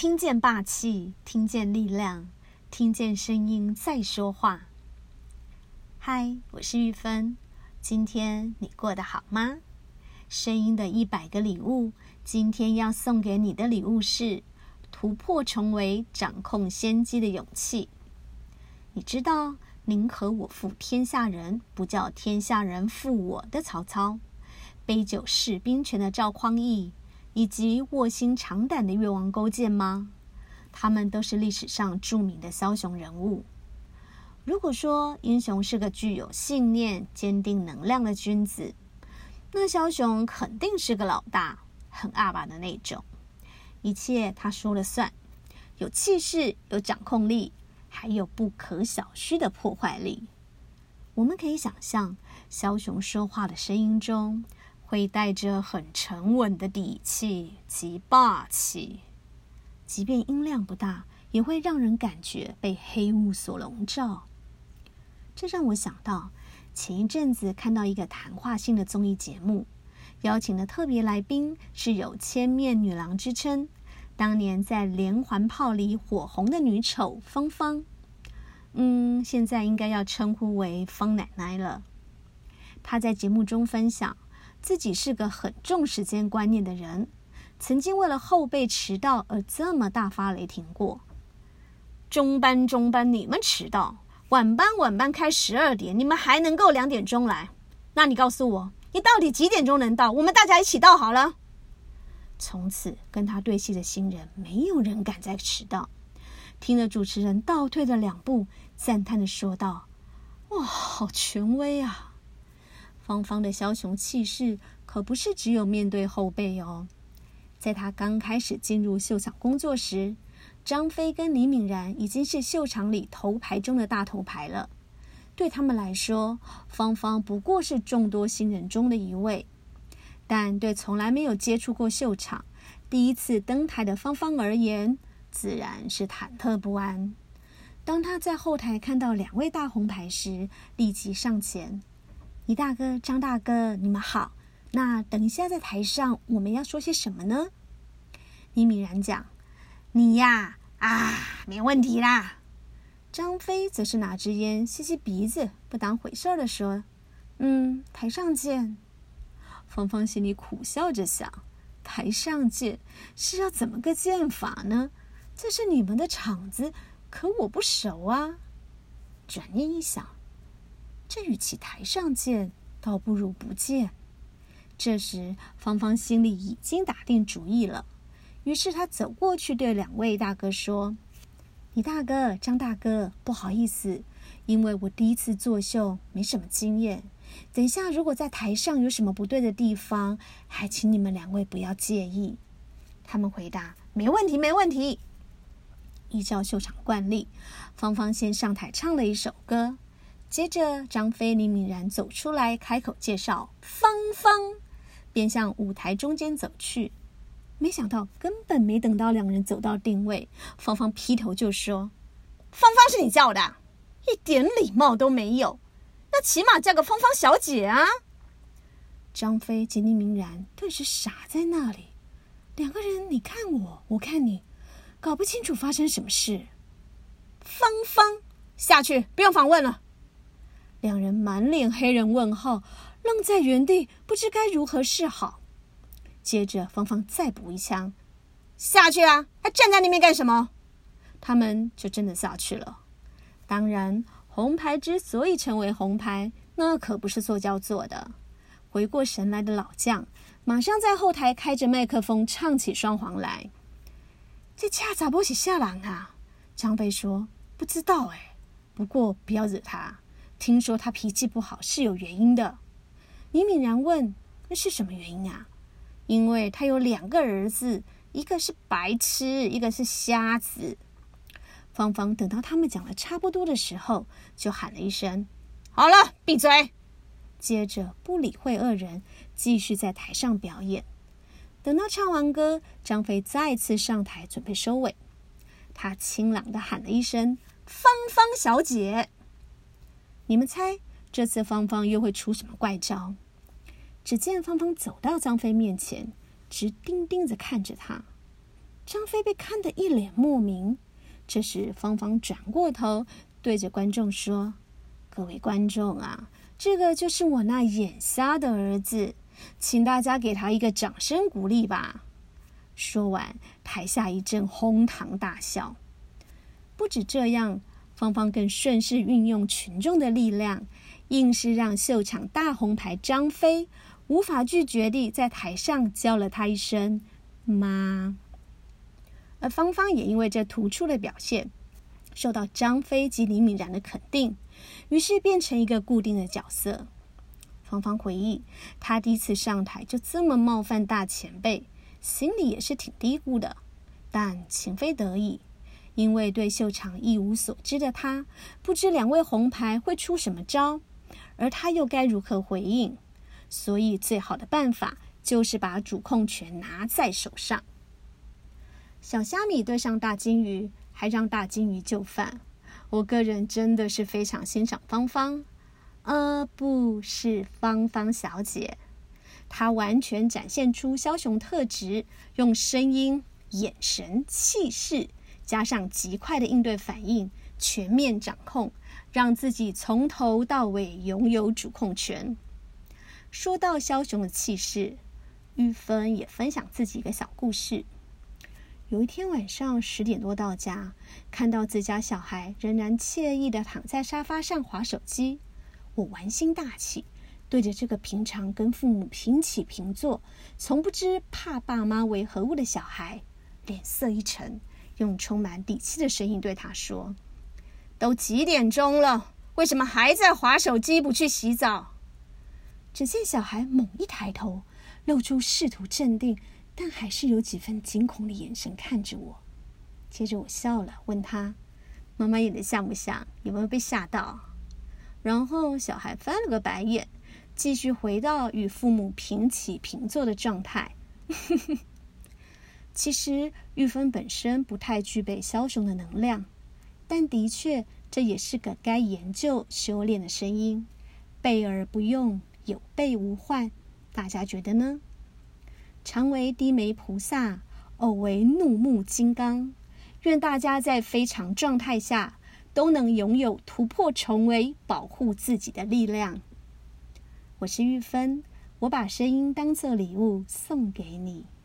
听见霸气，听见力量，听见声音在说话。嗨，我是玉芬，今天你过得好吗？声音的100个礼物，今天要送给你的礼物是突破重围，掌控先机的勇气。你知道宁可我负天下人，不叫天下人负我的曹操，杯酒释兵权的赵匡胤，以及卧薪尝胆的越王勾践吗？他们都是历史上著名的枭雄人物。如果说英雄是个具有信念、坚定能量的君子，那枭雄肯定是个老大，很阿爸的那种。一切他说了算，有气势，有掌控力，还有不可小觑的破坏力。我们可以想象，枭雄说话的声音中会带着很沉稳的底气及霸气，即便音量不大，也会让人感觉被黑雾所笼罩。这让我想到前一阵子看到一个谈话性的综艺节目，邀请的特别来宾是有千面女郎之称，当年在连环炮里火红的女丑芳芳，现在应该要称呼为方奶奶了。她在节目中分享自己是个很重时间观念的人，曾经为了后辈迟到而这么大发雷霆过。中班你们迟到，晚班开12点，你们还能够2点钟来，那你告诉我，你到底几点钟能到？我们大家一起到好了。从此跟他对戏的新人没有人敢再迟到。听了主持人倒退了2步，赞叹地说道：哇，好权威啊！芳芳的枭雄气势可不是只有面对后辈哦。在他刚开始进入秀场工作时，张飞跟李敏然已经是秀场里头牌中的大头牌了。对他们来说，芳芳不过是众多新人中的一位。但对从来没有接触过秀场、第一次登台的芳芳而言，自然是忐忑不安。当他在后台看到2位大红牌时，立即上前：倪大哥、张大哥，你们好，那等一下在台上我们要说些什么呢？倪敏然讲：你呀，没问题啦。张飞则是拿支烟吸吸鼻子，不当回事的说：台上见。芳芳心里苦笑着想，台上见是要怎么个见法呢？这是你们的场子，可我不熟啊。转念一想，这与其台上见，倒不如不见。这时芳芳心里已经打定主意了，于是她走过去对2位大哥说：倪大哥、张大哥，不好意思，因为我第一次作秀，没什么经验，等一下如果在台上有什么不对的地方，还请你们2位不要介意。他们回答：没问题没问题。依照秀场惯例，芳芳先上台唱了一首歌，接着张飞、李敏然走出来开口介绍芳芳，便向舞台中间走去。没想到根本没等到2人走到定位，芳芳劈头就说：芳芳是你叫的？一点礼貌都没有，那起码叫个芳芳小姐啊。张飞及李敏然顿时傻在那里，2个人你看我，我看你，搞不清楚发生什么事。芳芳，下去，不用访问了。2人满脸黑人问号，愣在原地，不知该如何是好。接着芳芳再补一枪：下去啊，还站在那边干什么？他们就真的下去了。当然，红牌之所以成为红牌，那可不是塑胶做的。回过神来的老将马上在后台开着麦克风唱起双簧来。这恰查某是啥人啊？张飞说：不知道不过不要惹他，听说他脾气不好是有原因的。李敏然问：那是什么原因啊？因为他有2个儿子，一个是白痴，一个是瞎子。芳芳等到他们讲了差不多的时候，就喊了一声：好了，闭嘴。接着不理会2人，继续在台上表演。等到唱完歌，张飞再次上台准备收尾，他清朗地喊了一声：芳芳小姐。你们猜这次芳芳又会出什么怪招？只见芳芳走到张飞面前，直盯盯着看着他。 张飞被看得一脸莫名。这时芳芳转过头对着观众说：各位观众啊，这个就是我那眼瞎的儿子，请大家给他一个掌声鼓励吧。说完，台下一阵哄堂大笑。不止这样，芳芳更顺势运用群众的力量，硬是让秀场大红牌张飞无法拒绝地在台上叫了他一声妈。而芳芳也因为这突出的表现，受到张飞及李敏然的肯定，于是变成一个固定的角色。芳芳回忆，她第一次上台就这么冒犯大前辈，心里也是挺嘀咕的，但情非得已，因为对秀场一无所知的她，不知两位红牌会出什么招，而她又该如何回应，所以最好的办法就是把主控权拿在手上。小虾米对上大金鱼，还让大金鱼就范。我个人真的是非常欣赏芳芳，不是芳芳小姐，她完全展现出枭雄特质，用声音、眼神、气势，加上极快的应对反应，全面掌控，让自己从头到尾拥有主控权。说到枭雄的气势，玉芬也分享自己一个小故事。有一天晚上10点多到家，看到自家小孩仍然惬意地躺在沙发上滑手机，我玩心大起，对着这个平常跟父母平起平坐，从不知怕爸妈为何物的小孩，脸色一沉，用充满底气的声音对他说：都几点钟了，为什么还在滑手机不去洗澡？只见小孩猛一抬头，露出试图镇定但还是有几分惊恐的眼神看着我。接着我笑了，问他：妈妈演的像不像？有没有被吓到？然后小孩翻了个白眼，继续回到与父母平起平坐的状态。其实玉芬本身不太具备枭雄的能量，但的确这也是个该研究修炼的声音，备而不用，有备无患，大家觉得呢？常为低眉菩萨，偶为怒目金刚。愿大家在非常状态下都能拥有突破重围、保护自己的力量。我是玉芬，我把声音当作礼物送给你。